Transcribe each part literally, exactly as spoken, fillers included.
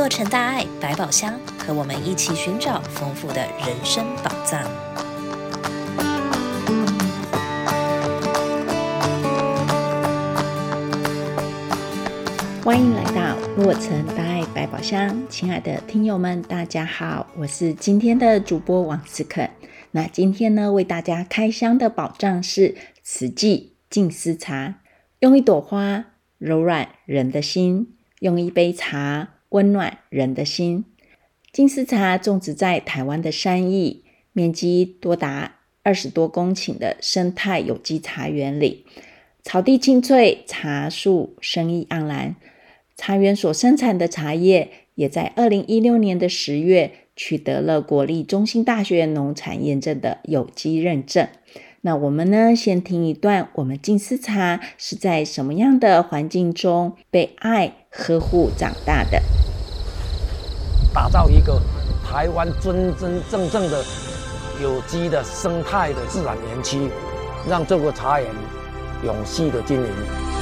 成大爱百宝箱，和我们一起寻找丰富的人生宝藏。 欢迎来到洛城大爱百宝箱，亲爱的听友们大家好，我是今天的主播王思肯。那今天呢，为大家开箱的宝藏是慈济静思茶。用一朵花柔软人的心，用一杯茶温暖人的心。静思茶种植在台湾的山艺，面积多达二十多公顷的生态有机茶园里，草地青翠，茶树生意盎然。茶园所生产的茶叶也在二零一六年的十月取得了国立中兴大学农产验证的有机认证。那我们呢，先听一段我们静思茶是在什么样的环境中被爱呵护长大的。 打造一个台湾真真正正的有机的生态的自然园区，让这个茶园永续的经营。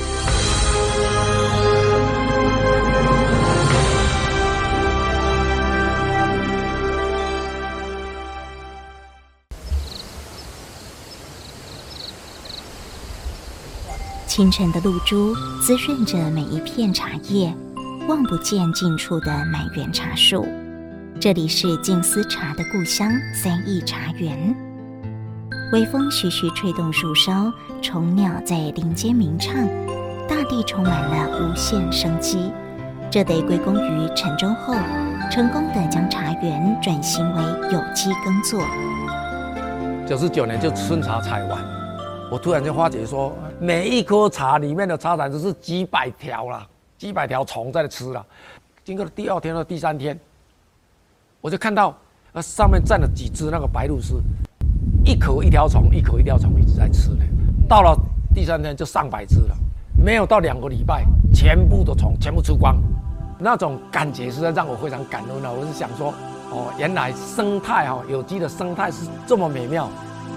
清晨的露珠滋润着每一片茶叶，望不见尽处的满园茶树。这里是静思茶的故乡三义茶园。微风徐徐吹动树梢，虫鸟在林间鸣唱，大地充满了无限生机。这得归功于陈忠厚成功地将茶园转型为有机耕作。 九十九年就春茶采完，我突然就发觉说，每一颗茶里面的茶蚕都是几百条啦，几百条虫在吃啦。经过第二天或第三天，我就看到呃上面站了几只那个白鹭鸶，一口一条虫，一口一条虫一直在吃呢。到了第三天就上百只了，没有到两个礼拜，全部的虫全部吃光，那种感觉实在让我非常感恩了。我是想说，哦，原来生态哈，有机的生态是这么美妙。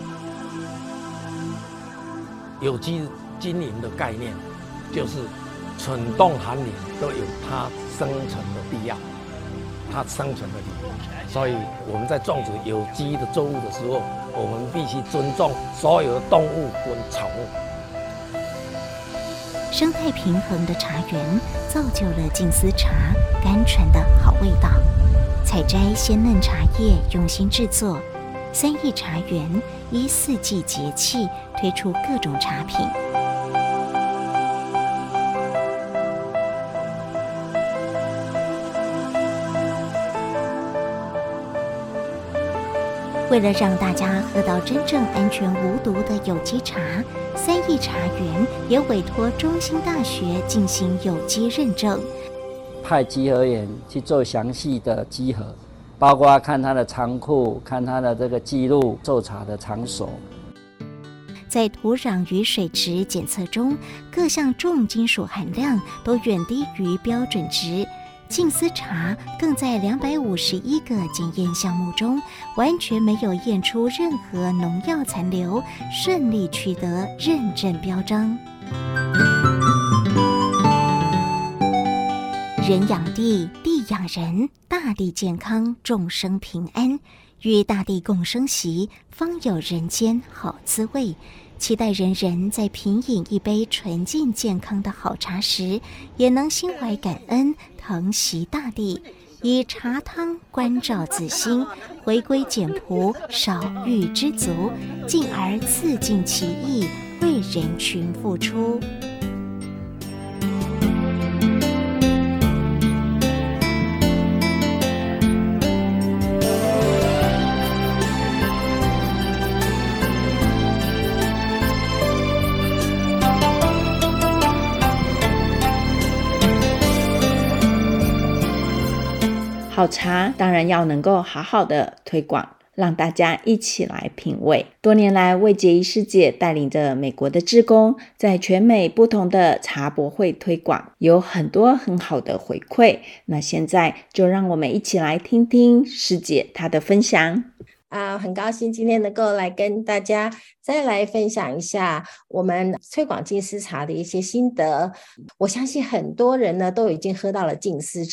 有机经营的概念，就是蠢动寒林都有它生存的必要，它生存的理由。所以我们在种植有机的作物的时候，我们必须尊重所有的动物跟草木。 生态平衡的茶园造就了静思茶甘醇的好味道。采摘鲜嫩茶叶，用心制作。三义茶园依四季节气推出各种茶品。为了让大家喝到真正安全无毒的有机茶，三义茶园也委托中兴大学进行有机认证， 派稽核员去做详细的稽核，包括看它的仓库，看它的这个记录，受茶的场所。 在土壤与水质检测中，各项重金属含量都远低于标准值。静思茶更在两百五十一个检验项目中，完全没有验出任何农药残留，顺利取得认证标章。人养地，地养人，大地健康，众生平安，与大地共生息，方有人间好滋味。期待人人在品饮一杯纯净健康的好茶时，也能心怀感恩，疼惜大地，以茶汤关照自心，回归简朴，少欲知足，进而自尽其意，为人群付出。 好茶当然要能够好好的推广，让大家一起来品味。多年来，魏洁仪师姐带领着美国的志工，在全美不同的茶博会推广，有很多很好的回馈。那现在就让我们一起来听听师姐她的分享。 啊、呃，很高兴今天能够来跟大家再来分享一下我们推广静思茶的一些心得。我相信很多人呢都已经喝到了静思茶，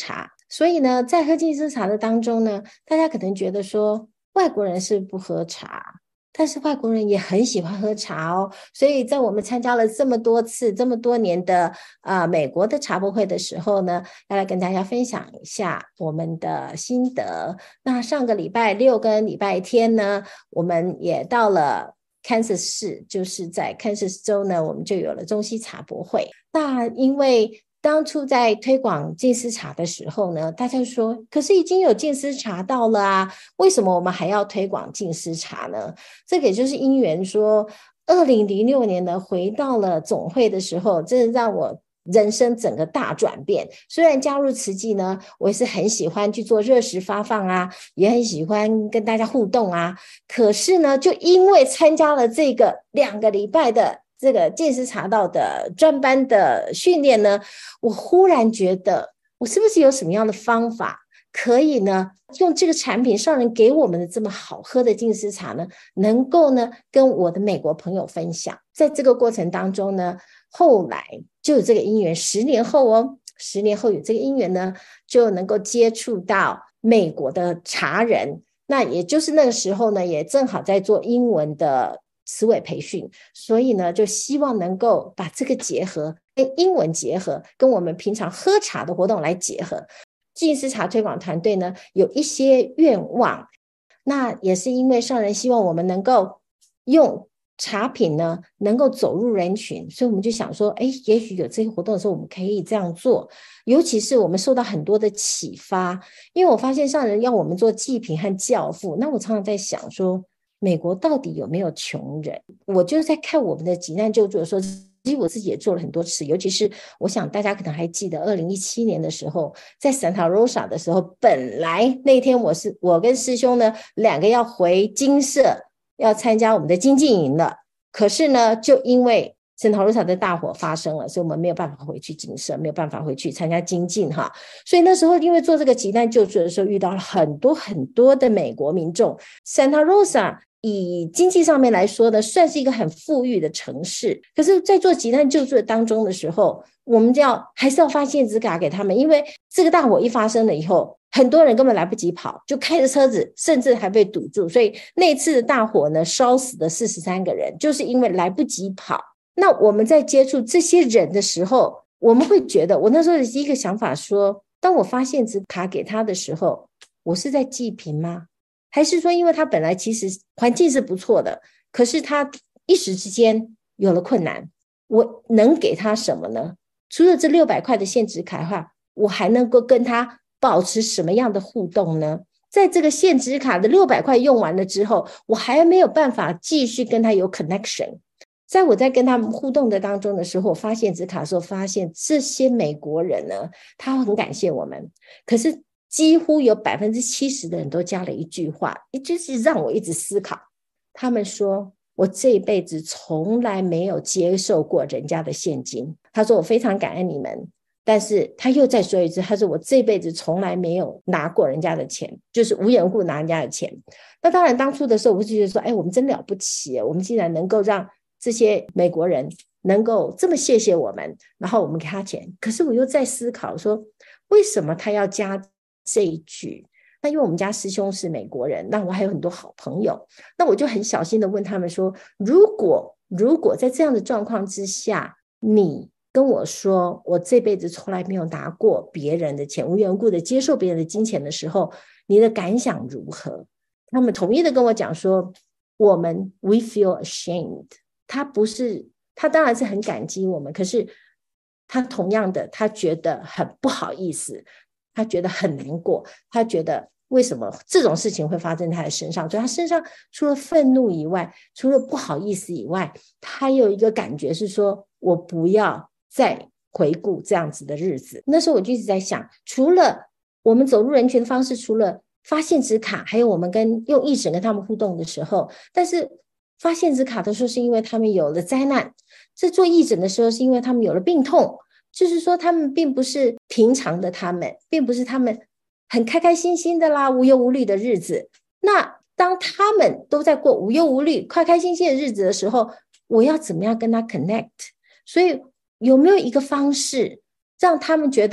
所以呢，在喝金丝茶的当中呢，大家可能觉得说外国人是不喝茶，但是外国人也很喜欢喝茶哦。所以在我们参加了这么多次这么多年的呃美国的茶博会的时候呢，要来跟大家分享一下我们的心得。那上个礼拜六跟礼拜天呢，我们也到了Kansas 市，就是在 Kansas 州呢，我们就有了中西茶博会。那因为当初在推广金丝茶的时候呢，大家说可是已经有金丝茶到了啊，为什么我们还要推广金丝茶呢？这个也就是因缘说二零零六年呢回到了总会的时候，真的让我人生整个大转变。虽然加入慈济呢，我也是很喜欢去做热食发放啊，也很喜欢跟大家互动啊，可是呢就因为参加了这个两个礼拜的这个金丝茶道的专班的训练呢，我忽然觉得我是不是有什么样的方法可以呢用这个产品上人给我们的这么好喝的金丝茶呢，能够呢跟我的美国朋友分享。在这个过程当中呢，后来就有这个因缘，十年后哦，十年后有这个因缘呢，就能够接触到美国的茶人。那也就是那个时候呢，也正好在做英文的词尾培训，所以呢，就希望能够把这个结合，跟英文结合，跟我们平常喝茶的活动来结合。金丝茶推广团队呢，有一些愿望，那也是因为上人希望我们能够用茶品呢能够走入人群，所以我们就想说，哎，也许有这个活动的时候我们可以这样做。尤其是我们受到很多的启发，因为我发现上人要我们做祭品和教父，那我常常在想说，美国到底有没有穷人？我就是在看我们的急难救助的时候，其实我自己也做了很多次，尤其是我想大家可能还记得二零一七年的时候，在 Santa Rosa 的时候，本来那天我是我跟师兄呢两个要回金社要参加我们的精进营了，可是呢就因为Santa Rosa 的大火发生了，所以我们没有办法回去金社，没有办法回去参加精进哈。所以那时候因为做这个急难救助的时候，遇到了很多很多的美国民众。Santa Rosa以经济上面来说呢，算是一个很富裕的城市，可是在做急难救助的当中的时候，我们就要还是要发现纸卡给他们，因为这个大火一发生了以后，很多人根本来不及跑，就开着车子，甚至还被堵住，所以那次的大火呢，烧死了四十三个人，就是因为来不及跑。那我们在接触这些人的时候，我们会觉得，我那时候的第一个想法说，当我发现纸卡给他的时候，我是在济贫吗？还是说因为他本来其实环境是不错的，可是他一时之间有了困难，我能给他什么呢？除了这六百块的现值卡的话，我还能够跟他保持什么样的互动呢？在这个现值卡的六百块用完了之后，我还没有办法继续跟他有 connection。 在我在跟他们互动的当中的时候，我发现纸卡的时候，发现这些美国人呢，他很感谢我们，可是几乎有 百分之七十 的人都加了一句话，也就是让我一直思考。他们说，我这一辈子从来没有接受过人家的现金。他说我非常感恩你们，但是他又再说一次，他说我这辈子从来没有拿过人家的钱，就是无缘无故拿人家的钱。那当然当初的时候我就觉得说，哎，我们真了不起，我们竟然能够让这些美国人能够这么谢谢我们，然后我们给他钱。可是我又在思考说，为什么他要加这一句？那因为我们家师兄是美国人，那我还有很多好朋友，那我就很小心的问他们说，如果如果在这样的状况之下，你跟我说我这辈子从来没有拿过别人的钱，无缘无故的接受别人的金钱的时候，你的感想如何？他们统一的跟我讲说，我们 we feel ashamed。 他不是，他当然是很感激我们，可是他同样的，他觉得很不好意思，他觉得很难过，他觉得为什么这种事情会发生在他的身上，所以他身上除了愤怒以外，除了不好意思以外，他有一个感觉是说，我不要再回顾这样子的日子。那时候我就一直在想，除了我们走入人群的方式，除了发现纸卡，还有我们跟用义诊跟他们互动的时候，但是发现纸卡的时候是因为他们有了灾难，这做义诊的时候是因为他们有了病痛，就是说他们并不是平常的，他们并不是他们很开开心心的啦，无忧无虑的日子。那当他们都在过无忧无虑开开心心的日子的时候，我要怎么样跟他 connect？ 所以有没有一个方式让他们觉得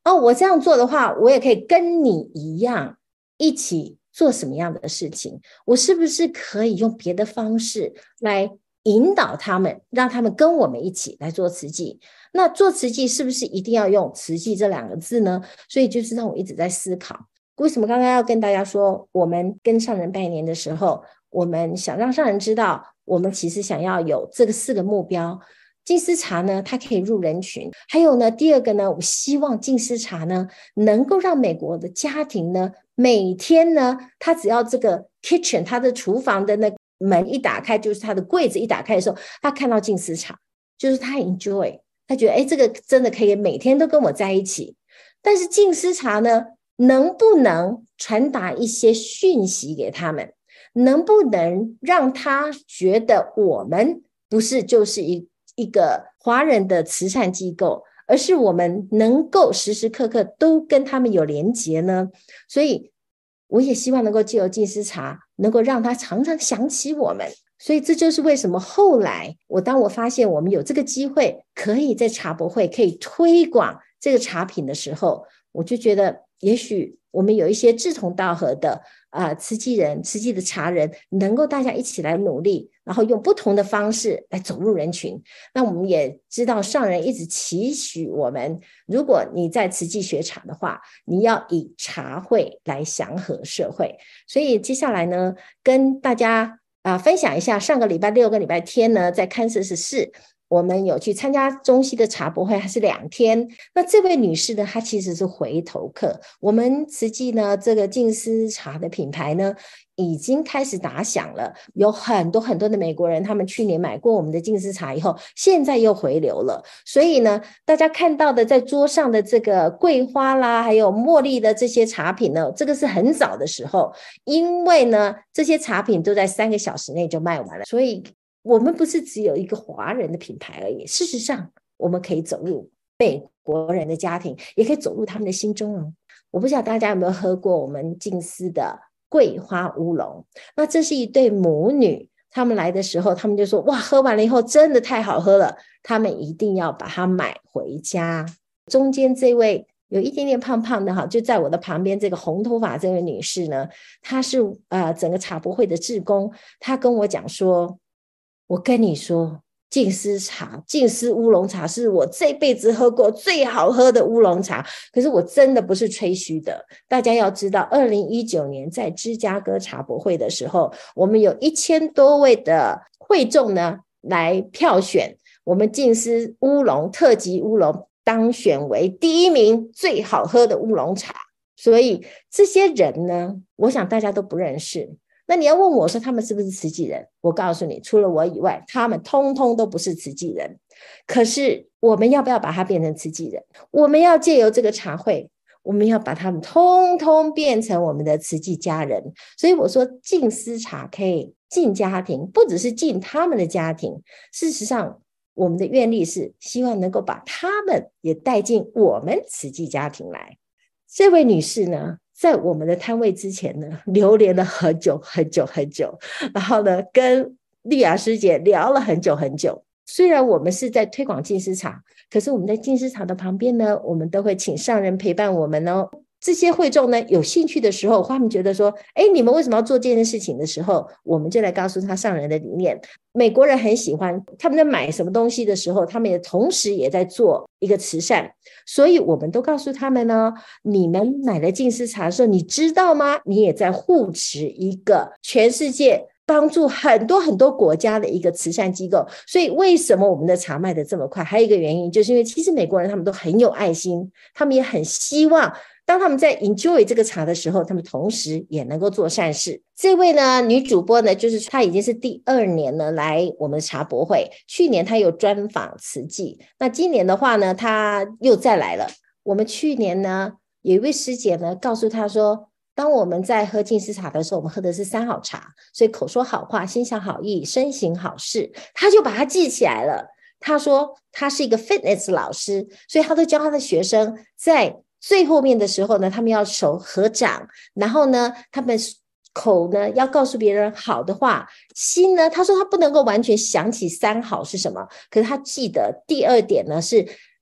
哦，我这样做的话，我也可以跟你一样一起做什么样的事情，我是不是可以用别的方式来引导他们，让他们跟我们一起来做慈济？那做慈济是不是一定要用慈济这两个字呢？所以就是让我一直在思考，为什么刚刚要跟大家说，我们跟上人拜年的时候，我们想让上人知道，我们其实想要有这个四个目标。净思茶呢，它可以入人群。还有呢，第二个呢，我希望净思茶呢，能够让美国的家庭呢，每天呢，他只要这个 kitchen 他的厨房的那个门一打开，就是他的柜子一打开的时候，他看到净思茶，就是他 enjoy， 他觉得哎，这个真的可以每天都跟我在一起。但是净思茶呢，能不能传达一些讯息给他们？能不能让他觉得我们不是就是一一个华人的慈善机构，而是我们能够时时刻刻都跟他们有连结呢？所以我也希望能够藉由净思茶，能够让他常常想起我们。所以这就是为什么后来我当我发现我们有这个机会，可以在茶博会可以推广这个茶品的时候，我就觉得也许我们有一些志同道合的呃慈济人、慈济的茶人，能够大家一起来努力，然后用不同的方式来走入人群。那我们也知道上人一直期许我们，如果你在慈济学茶的话，你要以茶会来祥和社会。所以接下来呢，跟大家啊、呃、分享一下，上个礼拜六跟礼拜天呢，在堪萨斯市我们有去参加中西的茶博会，还是两天。那这位女士呢，她其实是回头客。我们慈济呢，这个净思茶的品牌呢，已经开始打响了，有很多很多的美国人，他们去年买过我们的净思茶以后，现在又回流了。所以呢，大家看到的在桌上的这个桂花啦，还有茉莉的这些茶品呢，这个是很早的时候，因为呢，这些茶品都在三个小时内就卖完了，所以我们不是只有一个华人的品牌而已，事实上我们可以走入美国人的家庭，也可以走入他们的心中哦。我不知道大家有没有喝过我们净思的桂花乌龙，那这是一对母女，他们来的时候他们就说，哇，喝完了以后真的太好喝了，他们一定要把它买回家。中间这位有一点点胖胖的哈，就在我的旁边这个红头发这位女士呢，她是呃整个茶博会的志工，她跟我讲说，我跟你说，净思茶、净思乌龙茶是我这辈子喝过最好喝的乌龙茶。可是我真的不是吹嘘的，大家要知道，二零一九年在芝加哥茶博会的时候，我们有一千多位的会众呢来票选，我们净思乌龙特级乌龙当选为第一名最好喝的乌龙茶。所以这些人呢，我想大家都不认识。那你要问我说他们是不是慈济人，我告诉你，除了我以外，他们通通都不是慈济人。可是我们要不要把它变成慈济人？我们要借由这个茶会，我们要把他们通通变成我们的慈济家人。所以我说净思茶可以进家庭，不只是进他们的家庭，事实上我们的愿力是希望能够把他们也带进我们慈济家庭来。这位女士呢，在我们的摊位之前呢，流连了很久很久很久，然后呢，跟丽雅师姐聊了很久很久。虽然我们是在推广净思茶，可是我们在净思茶的旁边呢，我们都会请上人陪伴我们哦。这些会众呢，有兴趣的时候，他们觉得说，哎，你们为什么要做这件事情的时候，我们就来告诉他上人的理念。美国人很喜欢，他们在买什么东西的时候，他们也同时也在做一个慈善，所以我们都告诉他们呢，你们买了净思茶的时候，你知道吗？你也在护持一个全世界帮助很多很多国家的一个慈善机构。所以为什么我们的茶卖得这么快？还有一个原因，就是因为其实美国人他们都很有爱心，他们也很希望当他们在 enjoy 这个茶的时候，他们同时也能够做善事。这位呢女主播呢，就是她已经是第二年呢来我们茶博会，去年她有专访慈济，那今年的话呢她又再来了。我们去年呢有一位师姐呢告诉她说，当我们在喝净思茶的时候，我们喝的是三好茶，所以口说好话，心想好意，身行好事，她就把它记起来了。她说她是一个 fitness 老师，所以她都教她的学生在最后面的时候呢，他们要手合掌，然后呢他们口呢要告诉别人好的话，心呢他说他不能够完全想起三好是什么，可是他记得第二点呢是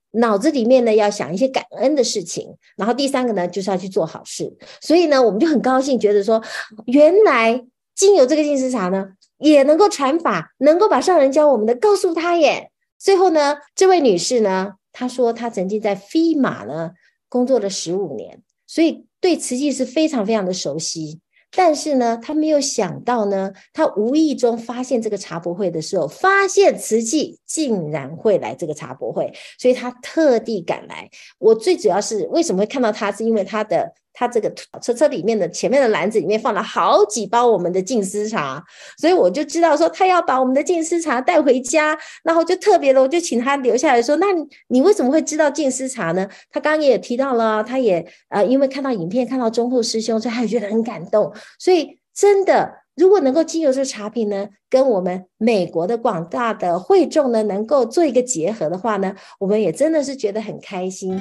脑子里面呢要想一些感恩的事情，然后第三个呢就是要去做好事。所以呢我们就很高兴，觉得说原来经由这个净思茶呢也能够传法，能够把上人教我们的告诉他耶。最后呢这位女士呢，她说她曾经在飞马呢工作了十五年，所以对慈济是非常非常的熟悉。但是呢他没有想到呢，他无意中发现这个茶博会的时候，发现慈济竟然会来这个茶博会，所以他特地赶来。我最主要是为什么会看到他，是因为他的他这个车车里面的前面的篮子里面放了好几包我们的净思茶，所以我就知道说他要把我们的净思茶带回家，然后就特别的我就请他留下来说，那 你, 你为什么会知道净思茶呢？他刚刚也提到了，他也呃因为看到影片看到忠厚师兄，所以他也觉得很感动。所以真的如果能够经由这个茶品呢跟我们美国的广大的会众呢能够做一个结合的话呢，我们也真的是觉得很开心。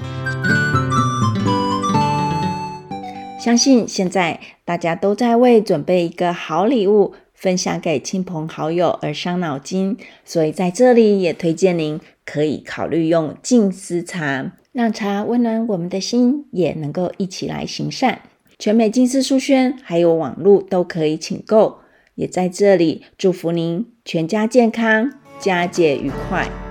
相信现在大家都在为准备一个好礼物分享给亲朋好友而伤脑筋，所以在这里也推荐您可以考虑用净思茶，让茶温暖我们的心，也能够一起来行善。全美净思书轩还有网络都可以请购，也在这里祝福您全家健康，佳节愉快。